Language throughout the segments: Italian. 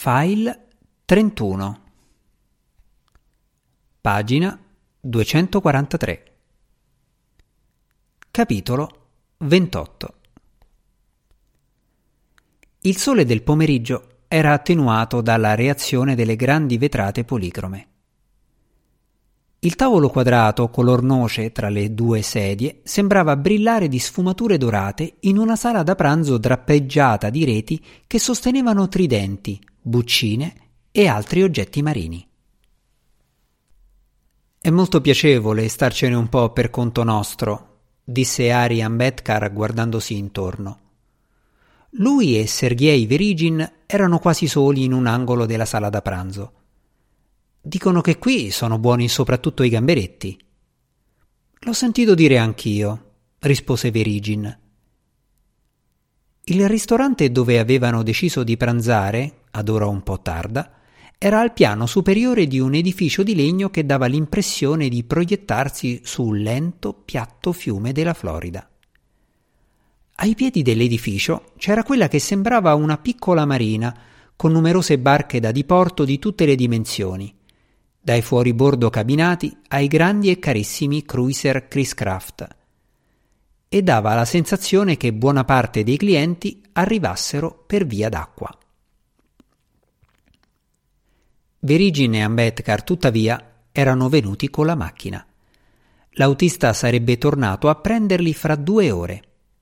File 31. Pagina 243. Capitolo 28. Il sole del pomeriggio era attenuato dalla reazione delle grandi vetrate policrome. Il tavolo quadrato color noce tra le due sedie sembrava brillare di sfumature dorate in una sala da pranzo drappeggiata di reti che sostenevano tridenti, buccine e altri oggetti marini. «È molto piacevole starcene un po' per conto nostro», disse Ari Ambedkar guardandosi intorno. Lui e Sergej Verigin erano quasi soli in un angolo della sala da pranzo. «Dicono che qui sono buoni soprattutto i gamberetti». «L'ho sentito dire anch'io», rispose Verigin. Il ristorante dove avevano deciso di pranzare, ad ora un po' tarda, era al piano superiore di un edificio di legno che dava l'impressione di proiettarsi su un lento, piatto fiume della Florida. Ai piedi dell'edificio c'era quella che sembrava una piccola marina, con numerose barche da diporto di tutte le dimensioni, dai fuoribordo cabinati ai grandi e carissimi cruiser Chris-Craft, e dava la sensazione che buona parte dei clienti arrivassero per via d'acqua. Verigin e Ambedkar, tuttavia, erano venuti con la macchina. L'autista sarebbe tornato a prenderli fra 2 ore.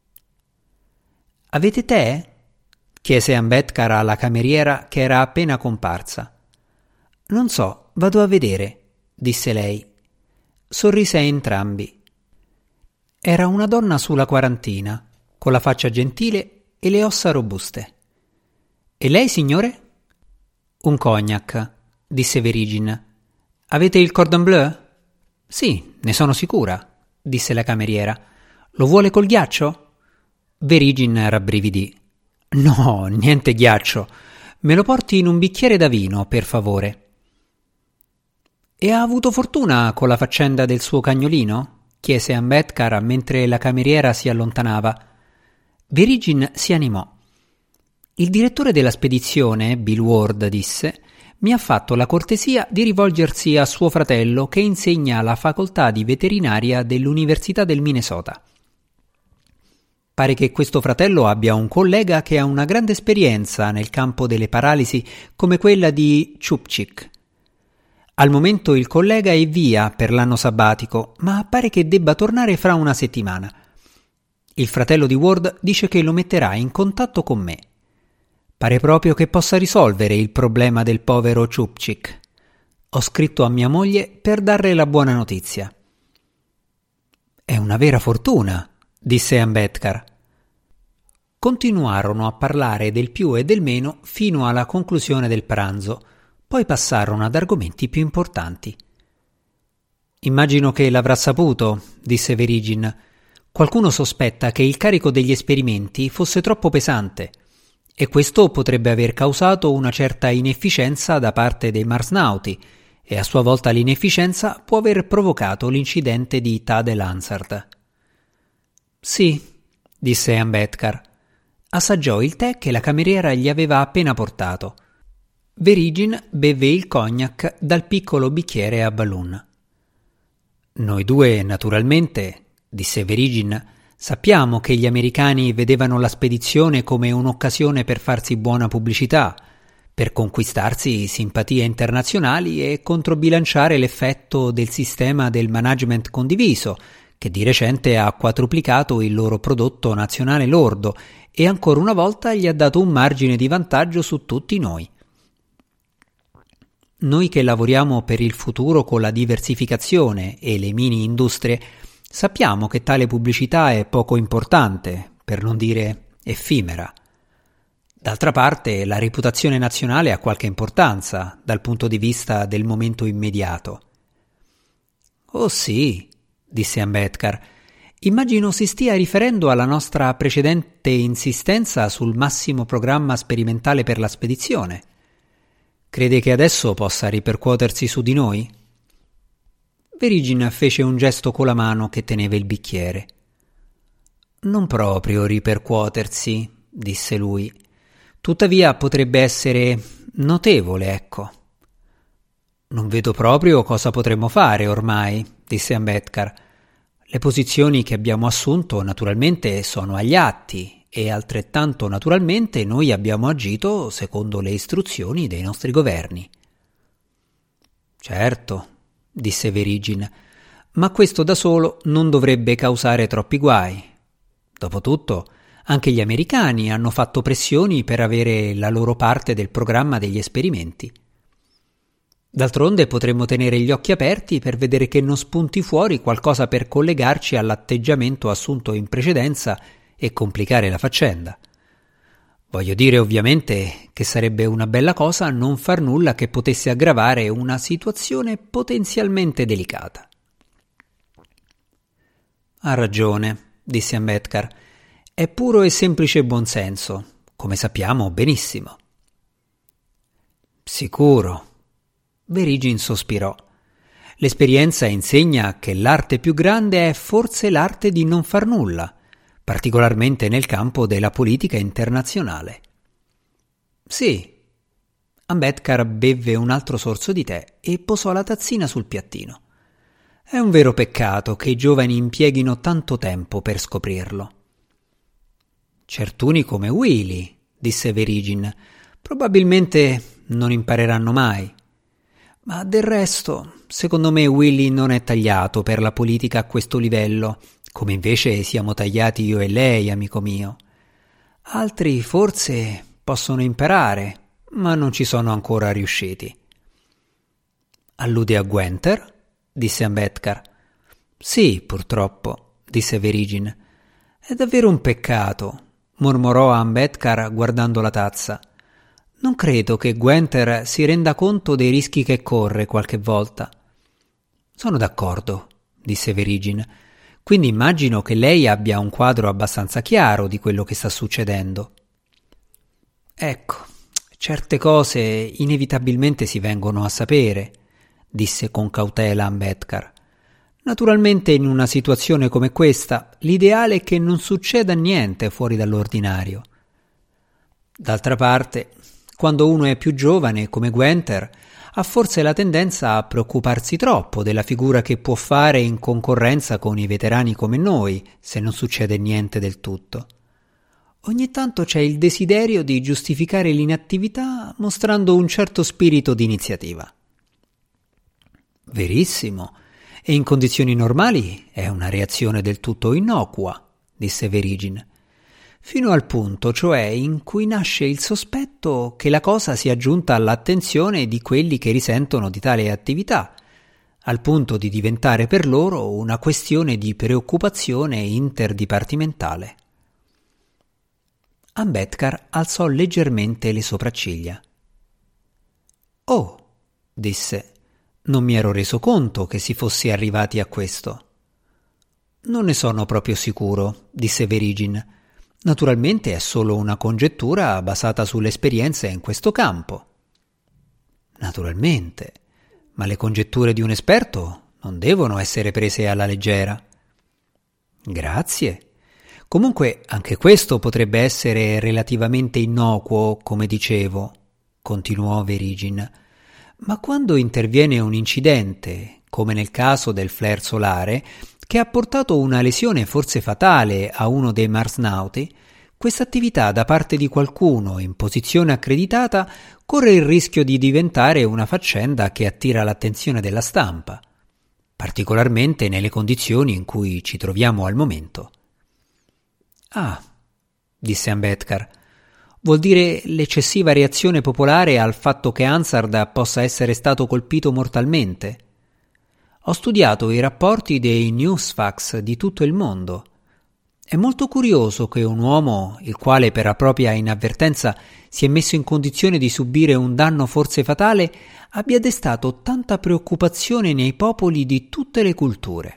«Avete tè?» chiese Ambedkar alla cameriera che era appena comparsa. «Non so, vado a vedere», disse lei. Sorrise a entrambi. Era una donna sulla quarantina, con la faccia gentile e le ossa robuste. «E lei, signore?» «Un cognac», disse Verigin. «Avete il cordon bleu?» «Sì, ne sono sicura», disse la cameriera. «Lo vuole col ghiaccio?» Verigin rabbrividì. «No, niente ghiaccio. Me lo porti in un bicchiere da vino, per favore». «E ha avuto fortuna con la faccenda del suo cagnolino?» chiese Ambedkar mentre la cameriera si allontanava. Verigin si animò. «Il direttore della spedizione, Bill Ward, disse, mi ha fatto la cortesia di rivolgersi a suo fratello che insegna alla facoltà di veterinaria dell'Università del Minnesota. Pare che questo fratello abbia un collega che ha una grande esperienza nel campo delle paralisi come quella di Chupchik. Al momento il collega è via per l'anno sabbatico, ma pare che debba tornare fra una settimana. Il fratello di Ward dice che lo metterà in contatto con me. Pare proprio che possa risolvere il problema del povero Chupchik. Ho scritto a mia moglie per darle la buona notizia». «È una vera fortuna», disse Ambedkar. Continuarono a parlare del più e del meno fino alla conclusione del pranzo. Poi passarono ad argomenti più importanti. «Immagino che l'avrà saputo», disse Verigin. «Qualcuno sospetta che il carico degli esperimenti fosse troppo pesante e questo potrebbe aver causato una certa inefficienza da parte dei marsnauti e a sua volta l'inefficienza può aver provocato l'incidente di Tade Lansard». «Sì», disse Ambedkar. Assaggiò il tè che la cameriera gli aveva appena portato. Verigin beve il cognac dal piccolo bicchiere a balloon. «Noi due, naturalmente», disse Verigin, «sappiamo che gli americani vedevano la spedizione come un'occasione per farsi buona pubblicità, per conquistarsi simpatie internazionali e controbilanciare l'effetto del sistema del management condiviso, che di recente ha quadruplicato il loro prodotto nazionale lordo e ancora una volta gli ha dato un margine di vantaggio su tutti noi. Noi che lavoriamo per il futuro con la diversificazione e le mini industrie sappiamo che tale pubblicità è poco importante, per non dire effimera. D'altra parte la reputazione nazionale ha qualche importanza dal punto di vista del momento immediato». «Oh sì», disse Ambedkar, «immagino si stia riferendo alla nostra precedente insistenza sul massimo programma sperimentale per la spedizione. Crede che adesso possa ripercuotersi su di noi?» Verigin fece un gesto con la mano che teneva il bicchiere. «Non proprio ripercuotersi», disse lui. «Tuttavia potrebbe essere notevole, ecco. Non vedo proprio cosa potremmo fare ormai, disse Ambedkar. Le posizioni che abbiamo assunto naturalmente sono agli atti e altrettanto naturalmente noi abbiamo agito secondo le istruzioni dei nostri governi. Certo, disse Verigin, ma questo da solo non dovrebbe causare troppi guai. Dopotutto, anche gli americani hanno fatto pressioni per avere la loro parte del programma degli esperimenti. D'altronde potremmo tenere gli occhi aperti per vedere che non spunti fuori qualcosa per collegarci all'atteggiamento assunto in precedenza e complicare la faccenda. Voglio dire ovviamente che sarebbe una bella cosa non far nulla che potesse aggravare una situazione potenzialmente delicata. Ha ragione, disse Ambedkar. È puro e semplice buonsenso, come sappiamo benissimo. Sicuro. Verigin sospirò. L'esperienza insegna che l'arte più grande è forse l'arte di non far nulla, particolarmente nel campo della politica internazionale. Sì. Ambedkar bevve un altro sorso di tè e posò la tazzina sul piattino. È un vero peccato che i giovani impieghino tanto tempo per scoprirlo. Certuni come Willy, disse Verigin, probabilmente non impareranno mai. Ma del resto, secondo me Willy non è tagliato per la politica a questo livello, come invece siamo tagliati io e lei, amico mio. Altri forse possono imparare, ma non ci sono ancora riusciti. Allude a Guenther? Disse Ambedkar. Sì, purtroppo, disse Verigin. È davvero un peccato, mormorò Ambedkar guardando la tazza. Non credo che Guenther si renda conto dei rischi che corre qualche volta. Sono d'accordo, disse Verigin. Quindi immagino che lei abbia un quadro abbastanza chiaro di quello che sta succedendo. Ecco, certe cose inevitabilmente si vengono a sapere, disse con cautela Ambedkar. Naturalmente in una situazione come questa l'ideale è che non succeda niente fuori dall'ordinario. D'altra parte, quando uno è più giovane, come Guenther, ha forse la tendenza a preoccuparsi troppo della figura che può fare in concorrenza con i veterani come noi, se non succede niente del tutto. Ogni tanto c'è il desiderio di giustificare l'inattività mostrando un certo spirito di iniziativa. Verissimo, e in condizioni normali è una reazione del tutto innocua, disse Verigin. Fino al punto, cioè, in cui nasce il sospetto che la cosa sia giunta all'attenzione di quelli che risentono di tale attività, al punto di diventare per loro una questione di preoccupazione interdipartimentale. Ambedkar alzò leggermente le sopracciglia. «Oh», disse, «non mi ero reso conto che si fosse arrivati a questo». «Non ne sono proprio sicuro», disse Verigin. Naturalmente è solo una congettura basata sull'esperienza in questo campo. Naturalmente, ma le congetture di un esperto non devono essere prese alla leggera. Grazie. Comunque anche questo potrebbe essere relativamente innocuo, come dicevo, continuò Verigin. Ma quando interviene un incidente, come nel caso del flare solare, che ha portato una lesione forse fatale a uno dei marsnauti, questa attività da parte di qualcuno in posizione accreditata corre il rischio di diventare una faccenda che attira l'attenzione della stampa, particolarmente nelle condizioni in cui ci troviamo al momento. Ah, disse Ambedkar, vuol dire l'eccessiva reazione popolare al fatto che Hansard possa essere stato colpito mortalmente. Ho studiato i rapporti dei newsfax di tutto il mondo. È molto curioso che un uomo, il quale per la propria inavvertenza si è messo in condizione di subire un danno forse fatale, abbia destato tanta preoccupazione nei popoli di tutte le culture.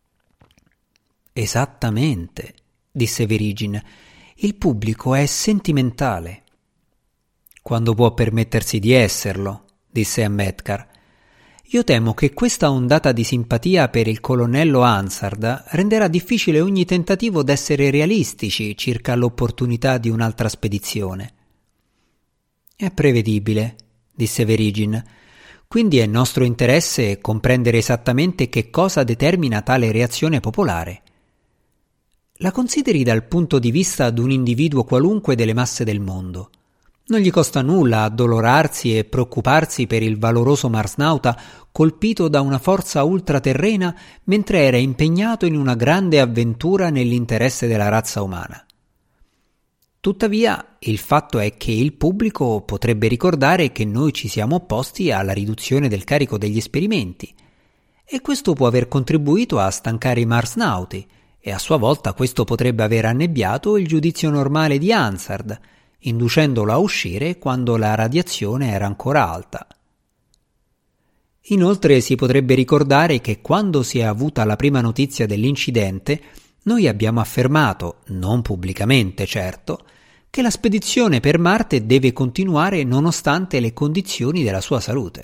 Esattamente, disse Verigin, il pubblico è sentimentale. Quando può permettersi di esserlo, disse Ambedkar. Io temo che questa ondata di simpatia per il colonnello Hansard renderà difficile ogni tentativo d'essere realistici circa l'opportunità di un'altra spedizione. È prevedibile, disse Verigin. Quindi è nostro interesse comprendere esattamente che cosa determina tale reazione popolare. La consideri dal punto di vista di un individuo qualunque delle masse del mondo. Non gli costa nulla addolorarsi e preoccuparsi per il valoroso marsnauta colpito da una forza ultraterrena mentre era impegnato in una grande avventura nell'interesse della razza umana. Tuttavia, il fatto è che il pubblico potrebbe ricordare che noi ci siamo opposti alla riduzione del carico degli esperimenti, e questo può aver contribuito a stancare i marsnauti, e a sua volta questo potrebbe aver annebbiato il giudizio normale di Hansard, inducendolo a uscire quando la radiazione era ancora alta. Inoltre si potrebbe ricordare che quando si è avuta la prima notizia dell'incidente, noi abbiamo affermato, non pubblicamente certo, che la spedizione per Marte deve continuare nonostante le condizioni della sua salute.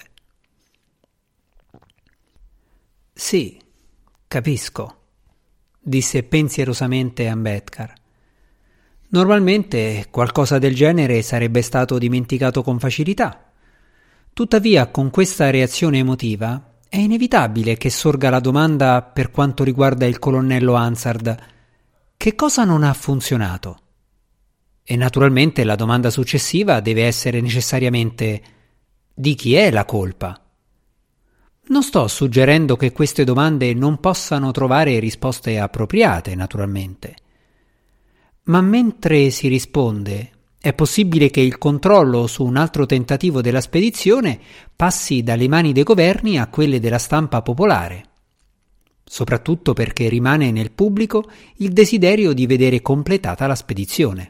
Sì, capisco, disse pensierosamente Ambedkar. Normalmente qualcosa del genere sarebbe stato dimenticato con facilità. Tuttavia, con questa reazione emotiva, è inevitabile che sorga la domanda per quanto riguarda il colonnello Hansard: che cosa non ha funzionato? E naturalmente la domanda successiva deve essere necessariamente: di chi è la colpa? Non sto suggerendo che queste domande non possano trovare risposte appropriate, naturalmente. Ma mentre si risponde, è possibile che il controllo su un altro tentativo della spedizione passi dalle mani dei governi a quelle della stampa popolare, soprattutto perché rimane nel pubblico il desiderio di vedere completata la spedizione.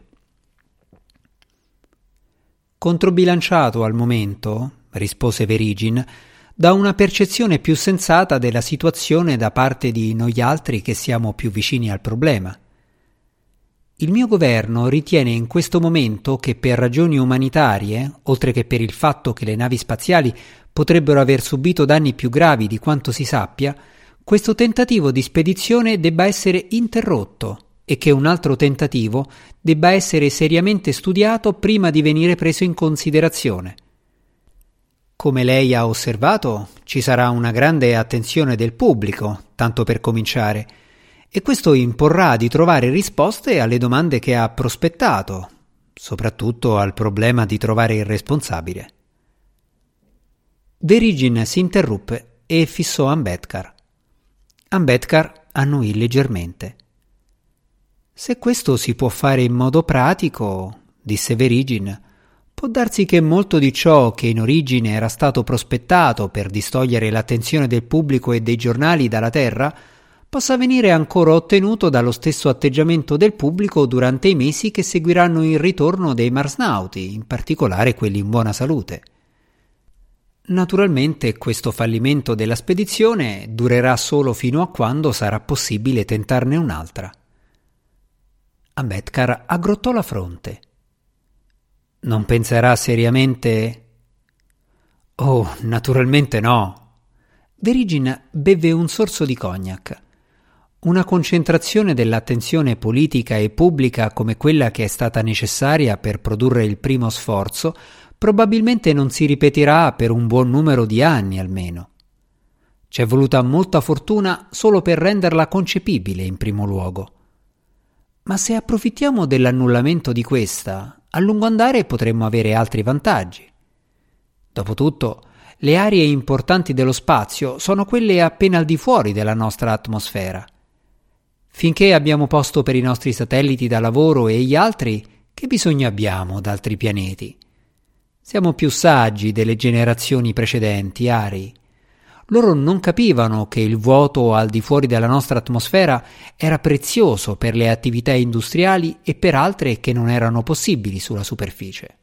Controbilanciato al momento, rispose Verigin, da una percezione più sensata della situazione da parte di noi altri che siamo più vicini al problema. Il mio governo ritiene in questo momento che per ragioni umanitarie, oltre che per il fatto che le navi spaziali potrebbero aver subito danni più gravi di quanto si sappia, questo tentativo di spedizione debba essere interrotto e che un altro tentativo debba essere seriamente studiato prima di venire preso in considerazione. Come lei ha osservato, ci sarà una grande attenzione del pubblico, tanto per cominciare, e questo imporrà di trovare risposte alle domande che ha prospettato, soprattutto al problema di trovare il responsabile. Verigin si interruppe e fissò Ambedkar. Ambedkar annuì leggermente. Se questo si può fare in modo pratico, disse Verigin, può darsi che molto di ciò che in origine era stato prospettato per distogliere l'attenzione del pubblico e dei giornali dalla Terra possa venire ancora ottenuto dallo stesso atteggiamento del pubblico durante i mesi che seguiranno il ritorno dei marsnauti, in particolare quelli in buona salute. Naturalmente questo fallimento della spedizione durerà solo fino a quando sarà possibile tentarne un'altra. Ambedkar aggrottò la fronte. Non penserà seriamente? Oh, naturalmente no. Verigin bevve un sorso di cognac. Una concentrazione dell'attenzione politica e pubblica come quella che è stata necessaria per produrre il primo sforzo probabilmente non si ripeterà per un buon numero di anni almeno. C'è voluta molta fortuna solo per renderla concepibile in primo luogo. Ma se approfittiamo dell'annullamento di questa, a lungo andare potremmo avere altri vantaggi. Dopotutto, le aree importanti dello spazio sono quelle appena al di fuori della nostra atmosfera. Finché abbiamo posto per i nostri satelliti da lavoro e gli altri, che bisogno abbiamo d'altri pianeti? Siamo più saggi delle generazioni precedenti, Ari. Loro non capivano che il vuoto al di fuori della nostra atmosfera era prezioso per le attività industriali e per altre che non erano possibili sulla superficie.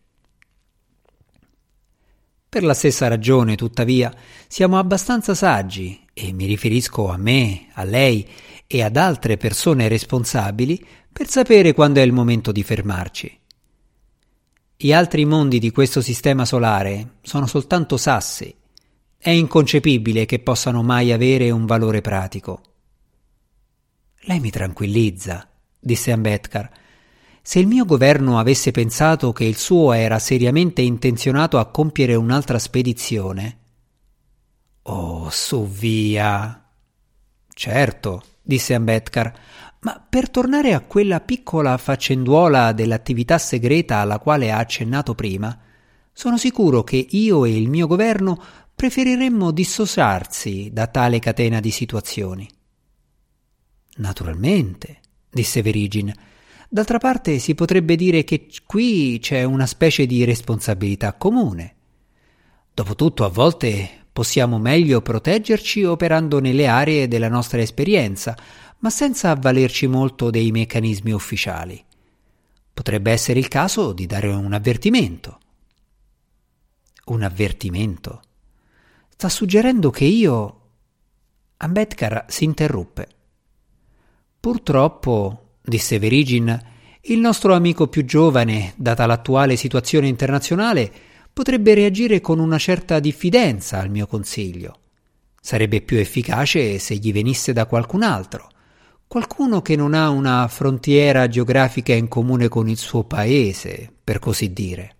Per la stessa ragione, tuttavia, siamo abbastanza saggi, e mi riferisco a me, a lei e ad altre persone responsabili, per sapere quando è il momento di fermarci. Gli altri mondi di questo sistema solare sono soltanto sassi. È inconcepibile che possano mai avere un valore pratico. Lei mi tranquillizza, disse Ambedkar. Se il mio governo avesse pensato che il suo era seriamente intenzionato a compiere un'altra spedizione... Oh, su via! Certo, disse Ambedkar, ma per tornare a quella piccola faccenduola dell'attività segreta alla quale ha accennato prima, sono sicuro che io e il mio governo preferiremmo dissociarsi da tale catena di situazioni. Naturalmente, disse Verigin. D'altra parte si potrebbe dire che qui c'è una specie di responsabilità comune. Dopotutto, a volte possiamo meglio proteggerci operando nelle aree della nostra esperienza, ma senza avvalerci molto dei meccanismi ufficiali. Potrebbe essere il caso di dare un avvertimento. Un avvertimento? Sta suggerendo che io... Ambedkar si interruppe. Purtroppo, disse Verigin, il nostro amico più giovane, data l'attuale situazione internazionale, potrebbe reagire con una certa diffidenza al mio consiglio. Sarebbe più efficace se gli venisse da qualcun altro, qualcuno che non ha una frontiera geografica in comune con il suo paese, per così dire.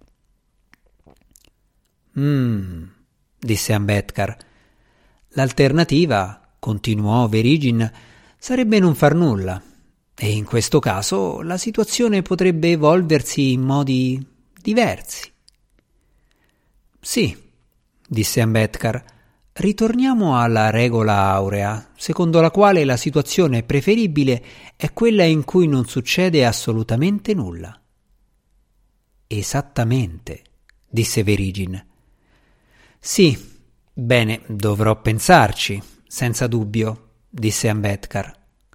Disse Ambedkar. L'alternativa, continuò Verigin, sarebbe non far nulla, e in questo caso la situazione potrebbe evolversi in modi diversi. Sì, disse Ambedkar, ritorniamo alla regola aurea, secondo la quale la situazione preferibile è quella in cui non succede assolutamente nulla. Esattamente, disse Verigin. Sì, bene, dovrò pensarci, senza dubbio, disse Ambedkar.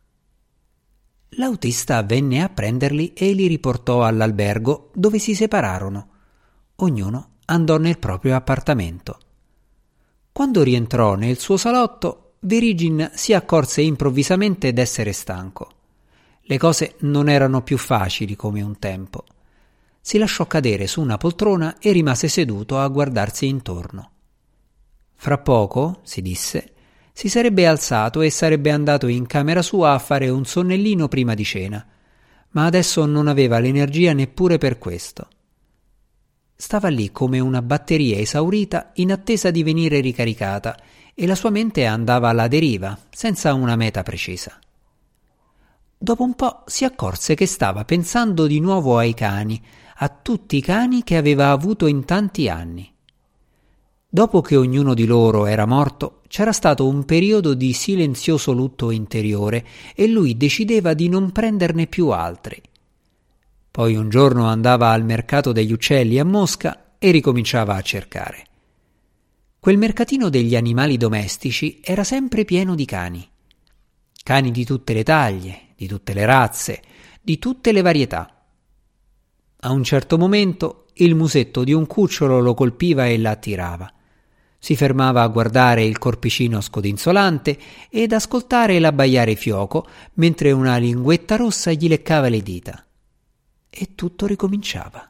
L'autista venne a prenderli e li riportò all'albergo, dove si separarono. Ognuno andò nel proprio appartamento. Quando rientrò nel suo salotto, Verigin si accorse improvvisamente d'essere stanco. Le cose non erano più facili come un tempo. Si lasciò cadere su una poltrona e rimase seduto a guardarsi intorno. Fra poco, si disse, si sarebbe alzato e sarebbe andato in camera sua a fare un sonnellino prima di cena, ma adesso non aveva l'energia neppure per questo. Stava lì come una batteria esaurita in attesa di venire ricaricata e la sua mente andava alla deriva, senza una meta precisa. Dopo un po' si accorse che stava pensando di nuovo ai cani, a tutti i cani che aveva avuto in tanti anni. Dopo che ognuno di loro era morto, c'era stato un periodo di silenzioso lutto interiore e lui decideva di non prenderne più altri. Poi un giorno andava al mercato degli uccelli a Mosca e ricominciava a cercare. Quel mercatino degli animali domestici era sempre pieno di cani. Cani di tutte le taglie, di tutte le razze, di tutte le varietà. A un certo momento il musetto di un cucciolo lo colpiva e l'attirava. Si fermava a guardare il corpicino scodinzolante ed ascoltare l'abbaiare fioco mentre una linguetta rossa gli leccava le dita. E tutto ricominciava.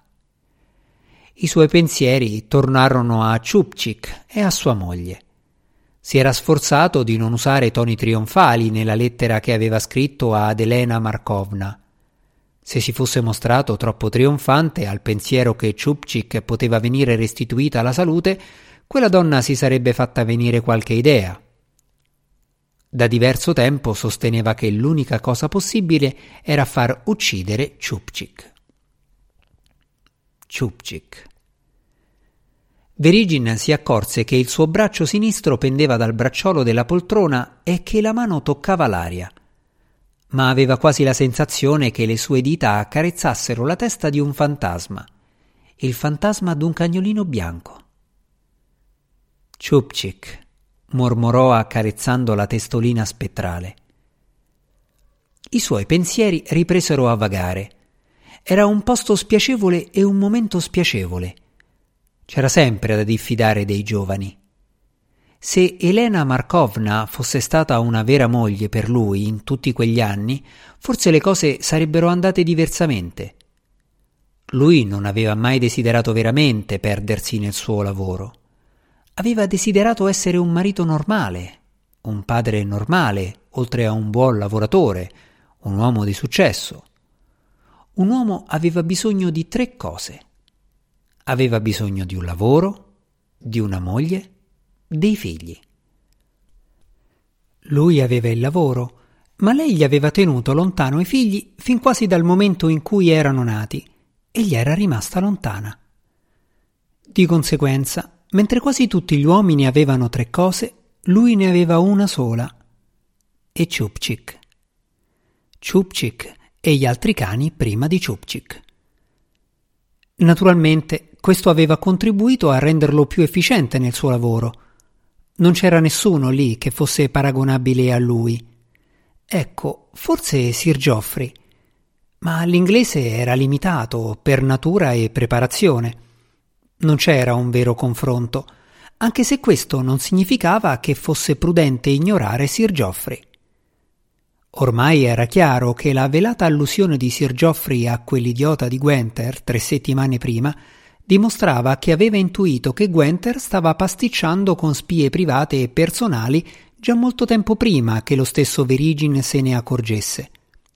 I suoi pensieri tornarono a Ciupcik e a sua moglie. Si era sforzato di non usare toni trionfali nella lettera che aveva scritto ad Elena Markovna. Se si fosse mostrato troppo trionfante al pensiero che Ciupcik poteva venire restituita alla salute, quella donna si sarebbe fatta venire qualche idea. Da diverso tempo sosteneva che l'unica cosa possibile era far uccidere Ciupcik. Ciupcik. Verigin si accorse che il suo braccio sinistro pendeva dal bracciolo della poltrona e che la mano toccava l'aria, ma aveva quasi la sensazione che le sue dita accarezzassero la testa di un fantasma, il fantasma d'un cagnolino bianco. Ciupcik, mormorò accarezzando la testolina spettrale. I suoi pensieri ripresero a vagare. Era un posto spiacevole e un momento spiacevole. C'era sempre da diffidare dei giovani. Se Elena Markovna fosse stata una vera moglie per lui in tutti quegli anni, forse le cose sarebbero andate diversamente. Lui non aveva mai desiderato veramente perdersi nel suo lavoro. Aveva desiderato essere un marito normale, un padre normale, oltre a un buon lavoratore, un uomo di successo. un uomo aveva bisogno di 3 cose. Aveva bisogno di un lavoro, di una moglie, dei figli. Lui aveva il lavoro, ma lei gli aveva tenuto lontano i figli fin quasi dal momento in cui erano nati e gli era rimasta lontana. Di conseguenza, mentre quasi tutti gli uomini avevano 3 cose, lui ne aveva una sola. E Chupchik. Chupchik e gli altri cani prima di Chupchik. Naturalmente, questo aveva contribuito a renderlo più efficiente nel suo lavoro. Non c'era nessuno lì che fosse paragonabile a lui. Ecco, forse Sir Geoffrey, ma l'inglese era limitato per natura e preparazione. Non c'era un vero confronto, anche se questo non significava che fosse prudente ignorare Sir Geoffrey. Ormai era chiaro che la velata allusione di Sir Geoffrey a quell'idiota di Guenther 3 settimane prima dimostrava che aveva intuito che Guenther stava pasticciando con spie private e personali già molto tempo prima che lo stesso Verigine se ne accorgesse.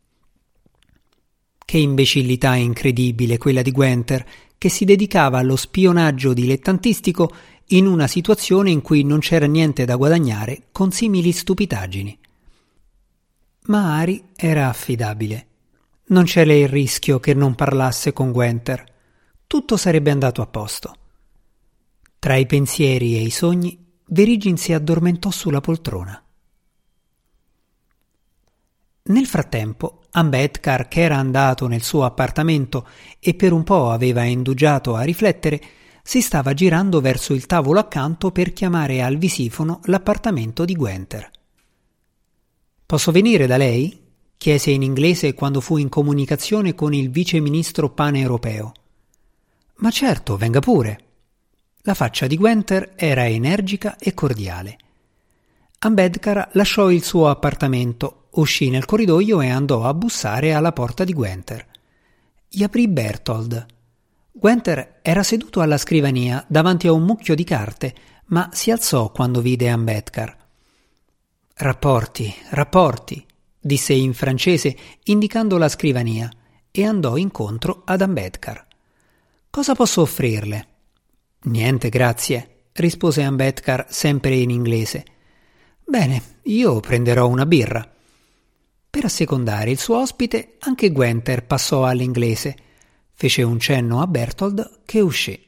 Che imbecillità incredibile quella di Guenther, che si dedicava allo spionaggio dilettantistico in una situazione in cui non c'era niente da guadagnare con simili stupidaggini. Ma Ari era affidabile. Non c'era il rischio che non parlasse con Guenther. Tutto sarebbe andato a posto. Tra i pensieri e i sogni, Verigine si addormentò sulla poltrona. Nel frattempo, Ambedkar, che era andato nel suo appartamento e per un po' aveva indugiato a riflettere, si stava girando verso il tavolo accanto per chiamare al visifono l'appartamento di Guenther. «Posso venire da lei?» chiese in inglese quando fu in comunicazione con il viceministro paneuropeo. «Ma certo, venga pure». La faccia di Guenther era energica e cordiale. Ambedkar lasciò il suo appartamento, uscì nel corridoio e andò a bussare alla porta di Guenther. Gli aprì Berthold. Guenther era seduto alla scrivania davanti a un mucchio di carte, ma si alzò quando vide Ambedkar. «Rapporti», disse in francese indicando la scrivania, e andò incontro ad Ambedkar. «Cosa posso offrirle?» «Niente, grazie», rispose Ambedkar sempre in inglese. «Bene, io prenderò una birra». Per assecondare il suo ospite, anche Guenther passò all'inglese. Fece un cenno a Berthold che uscì.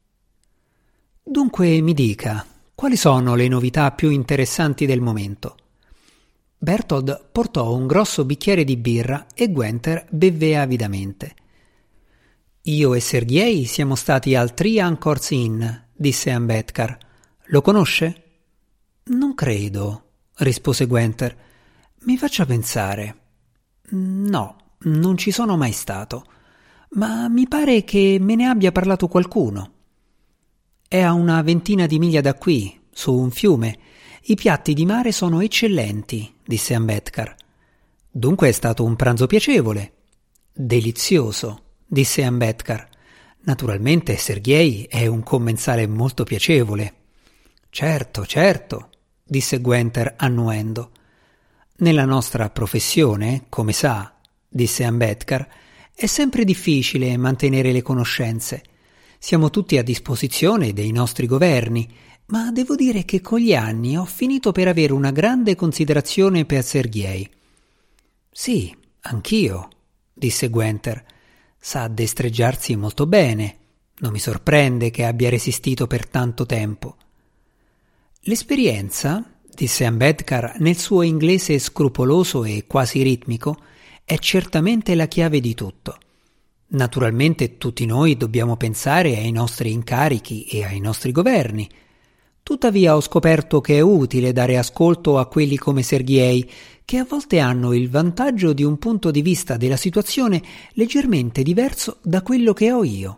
«Dunque mi dica, quali sono le novità più interessanti del momento?» Berthold portò un grosso bicchiere di birra e Guenther bevve avidamente. «Io e Sergei siamo stati al Three Anchors Inn», disse Ambedkar. «Lo conosce?» «Non credo», rispose Guenther. «Mi faccia pensare». «No, non ci sono mai stato, ma mi pare che me ne abbia parlato qualcuno». «È a una 20 di miglia da qui, su un fiume. I piatti di mare sono eccellenti», disse Ambedkar. «Dunque è stato un pranzo piacevole». «Delizioso», disse Ambedkar. «Naturalmente Sergei è un commensale molto piacevole». Certo, disse Guenther annuendo. «Nella nostra professione, come sa», disse Ambedkar, «è sempre difficile mantenere le conoscenze. Siamo tutti a disposizione dei nostri governi, ma devo dire che con gli anni ho finito per avere una grande considerazione per Sergei». «Sì, anch'io», disse Guenther. «Sa destreggiarsi molto bene. Non mi sorprende che abbia resistito per tanto tempo». «L'esperienza», disse Ambedkar nel suo inglese scrupoloso e quasi ritmico, «è certamente la chiave di tutto. Naturalmente tutti noi dobbiamo pensare ai nostri incarichi e ai nostri governi. Tuttavia ho scoperto che è utile dare ascolto a quelli come Sergei, che a volte hanno il vantaggio di un punto di vista della situazione leggermente diverso da quello che ho io».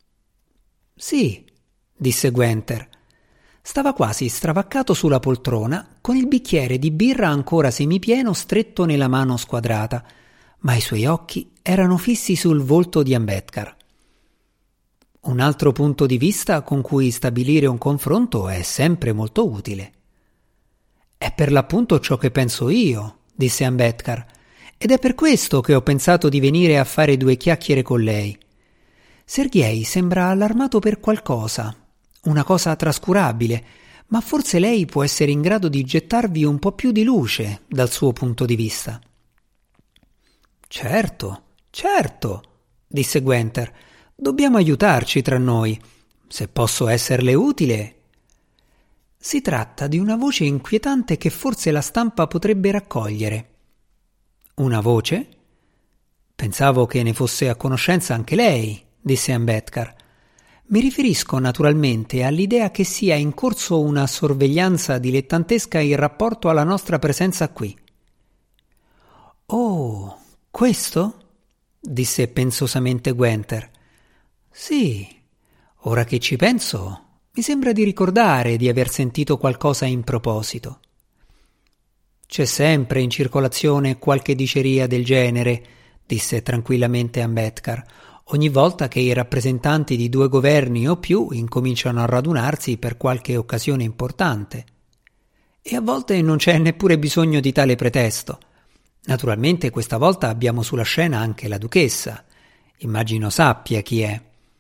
«Sì», disse Guenther. Stava quasi stravaccato sulla poltrona, con il bicchiere di birra ancora semipieno stretto nella mano squadrata, ma i suoi occhi erano fissi sul volto di Ambedkar. Un altro punto di vista con cui stabilire un confronto è sempre molto utile. «È per l'appunto ciò che penso io», disse Ambedkar, ed è per questo che ho pensato di venire a fare 2 chiacchiere con lei. Sergej sembra allarmato per qualcosa, una cosa trascurabile, ma forse lei può essere in grado di gettarvi un po' più di luce dal suo punto di vista. Certo, disse Guenther. Dobbiamo aiutarci tra noi. Se posso esserle utile. Si tratta di una voce inquietante che forse la stampa potrebbe raccogliere. Una voce? Pensavo che ne fosse a conoscenza anche lei, disse Ambedkar. Mi riferisco naturalmente all'idea che sia in corso una sorveglianza dilettantesca in rapporto alla nostra presenza qui. Oh, questo? Disse pensosamente Guenther. Sì, ora che ci penso, mi sembra di ricordare di aver sentito qualcosa in proposito. C'è sempre in circolazione qualche diceria del genere, disse tranquillamente Ambedkar, ogni volta che i rappresentanti di 2 governi o più incominciano a radunarsi per qualche occasione importante. E a volte non c'è neppure bisogno di tale pretesto. Naturalmente questa volta abbiamo sulla scena anche la duchessa. Immagino sappia chi è.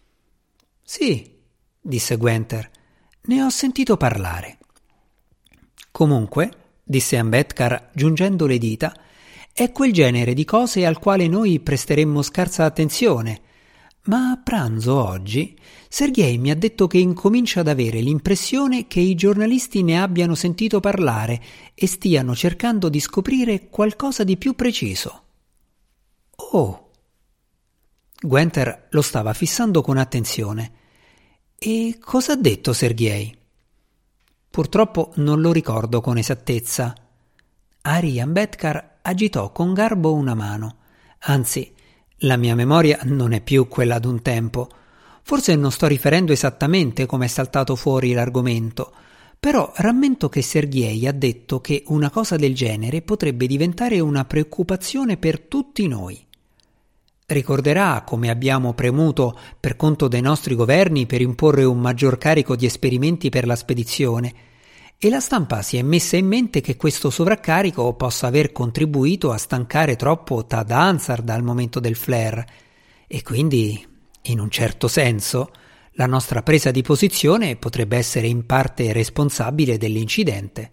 Sì, disse Guenther, ne ho sentito parlare. Comunque, disse Ambedkar giungendo le dita, è quel genere di cose al quale noi presteremmo scarsa attenzione, ma a pranzo oggi Sergej mi ha detto che incomincia ad avere l'impressione che i giornalisti ne abbiano sentito parlare e stiano cercando di scoprire qualcosa di più preciso. Oh! Guenther lo stava fissando con attenzione. E cosa ha detto Sergej? Purtroppo non lo ricordo con esattezza. Ari Ambedkar agitò con garbo una mano. Anzi, la mia memoria non è più quella d'un tempo. Forse non sto riferendo esattamente come è saltato fuori l'argomento, però rammento che Sergej ha detto che una cosa del genere potrebbe diventare una preoccupazione per tutti noi. Ricorderà come abbiamo premuto per conto dei nostri governi per imporre un maggior carico di esperimenti per la spedizione, e la stampa si è messa in mente che questo sovraccarico possa aver contribuito a stancare troppo Thad Hansard al momento del flare, e quindi, in un certo senso, la nostra presa di posizione potrebbe essere in parte responsabile dell'incidente.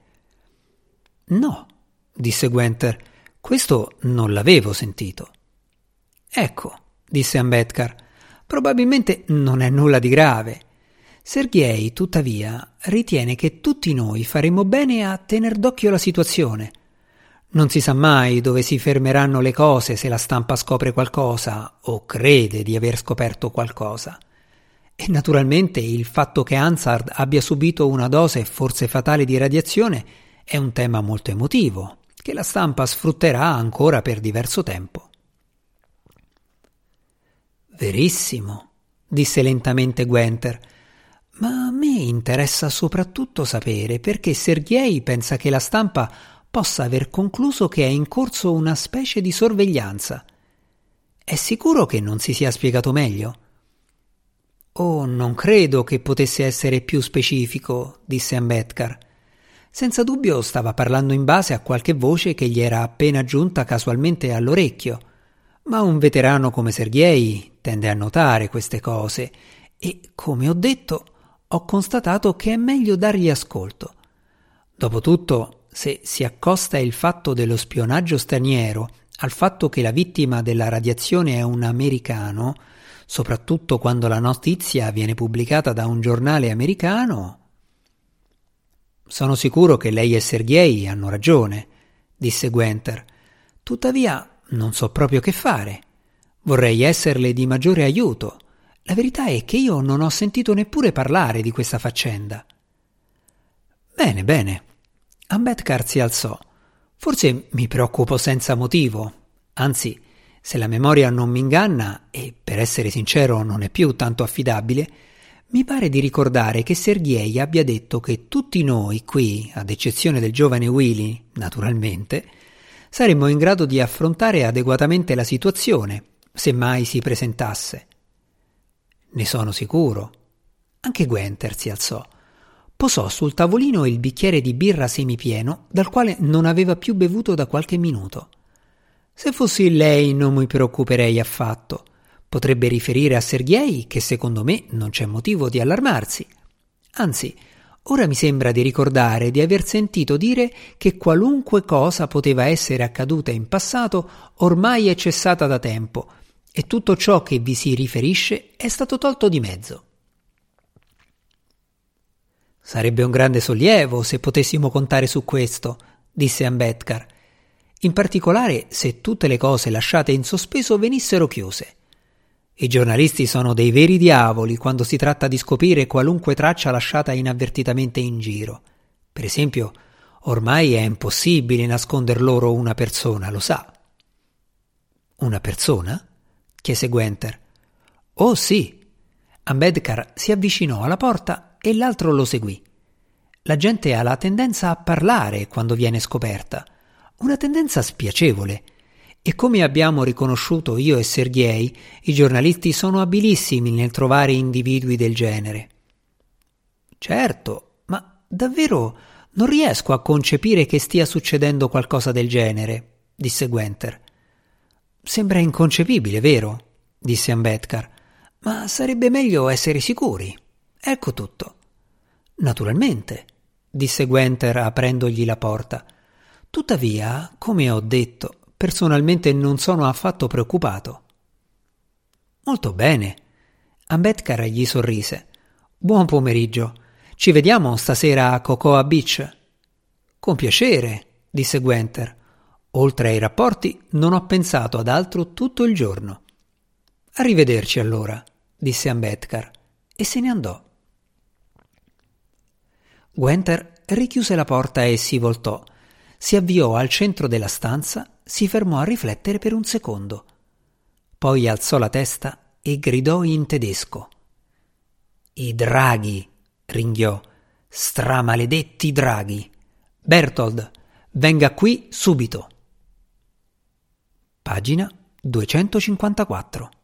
No, disse Guenther, questo non l'avevo sentito. Ecco, disse Ambedkar, probabilmente non è nulla di grave. Sergej, tuttavia, ritiene che tutti noi faremo bene a tener d'occhio la situazione. Non si sa mai dove si fermeranno le cose se la stampa scopre qualcosa o crede di aver scoperto qualcosa. E naturalmente il fatto che Hansard abbia subito una dose forse fatale di radiazione è un tema molto emotivo, che la stampa sfrutterà ancora per diverso tempo. Verissimo, disse lentamente Guenther, ma a me interessa soprattutto sapere perché Sergej pensa che la stampa possa aver concluso che è in corso una specie di sorveglianza. È sicuro che non si sia spiegato meglio? Oh, non credo che potesse essere più specifico, disse Ambedkar. Senza dubbio stava parlando in base a qualche voce che gli era appena giunta casualmente all'orecchio, ma un veterano come Sergej tende a notare queste cose e, come ho detto, ho constatato che è meglio dargli ascolto. Dopotutto, se si accosta il fatto dello spionaggio straniero al fatto che la vittima della radiazione è un americano, soprattutto quando la notizia viene pubblicata da un giornale americano... Sono sicuro che lei e Sergej hanno ragione, disse Guenther. Tuttavia non so proprio che fare. Vorrei esserle di maggiore aiuto. La verità è che io non ho sentito neppure parlare di questa faccenda. Bene, bene. Ambedkar si alzò. Forse mi preoccupo senza motivo. Anzi, se la memoria non mi inganna, e per essere sincero non è più tanto affidabile, mi pare di ricordare che Sergej abbia detto che tutti noi qui, ad eccezione del giovane Willy, naturalmente, saremmo in grado di affrontare adeguatamente la situazione, se mai si presentasse. Ne sono sicuro. Anche Guenther si alzò. Posò sul tavolino il bicchiere di birra semipieno dal quale non aveva più bevuto da qualche minuto. Se fossi lei non mi preoccuperei affatto. Potrebbe riferire a Sergei che secondo me non c'è motivo di allarmarsi. Anzi, ora mi sembra di ricordare di aver sentito dire che qualunque cosa poteva essere accaduta in passato ormai è cessata da tempo e tutto ciò che vi si riferisce è stato tolto di mezzo. Sarebbe un grande sollievo se potessimo contare su questo, disse Ambedkar, in particolare se tutte le cose lasciate in sospeso venissero chiuse. I giornalisti sono dei veri diavoli quando si tratta di scoprire qualunque traccia lasciata inavvertitamente in giro. Per esempio, ormai è impossibile nasconder loro una persona, lo sa. Una persona? Chiese Guenther. Oh sì. Ambedkar si avvicinò alla porta e l'altro lo seguì. La gente ha la tendenza a parlare quando viene scoperta, una tendenza spiacevole. E come abbiamo riconosciuto io e Sergei, i giornalisti sono abilissimi nel trovare individui del genere. Certo, ma davvero non riesco a concepire che stia succedendo qualcosa del genere, disse Guenther. Sembra inconcepibile, vero? Disse Ambedkar, ma sarebbe meglio essere sicuri. Ecco tutto. Naturalmente, disse Guenther aprendogli la porta. Tuttavia, come ho detto, personalmente non sono affatto preoccupato. Molto bene. Ambedkar gli sorrise. Buon pomeriggio. Ci vediamo stasera a Cocoa Beach? Con piacere, disse Guenther. Oltre ai rapporti non ho pensato ad altro tutto il giorno. Arrivederci allora, disse Ambedkar e se ne andò. Guenther richiuse la porta e si voltò. Si avviò al centro della stanza, si fermò a riflettere per un secondo. Poi alzò la testa e gridò in tedesco. I draghi, ringhiò. Stramaledetti draghi. Bertold, venga qui subito. Pagina 254.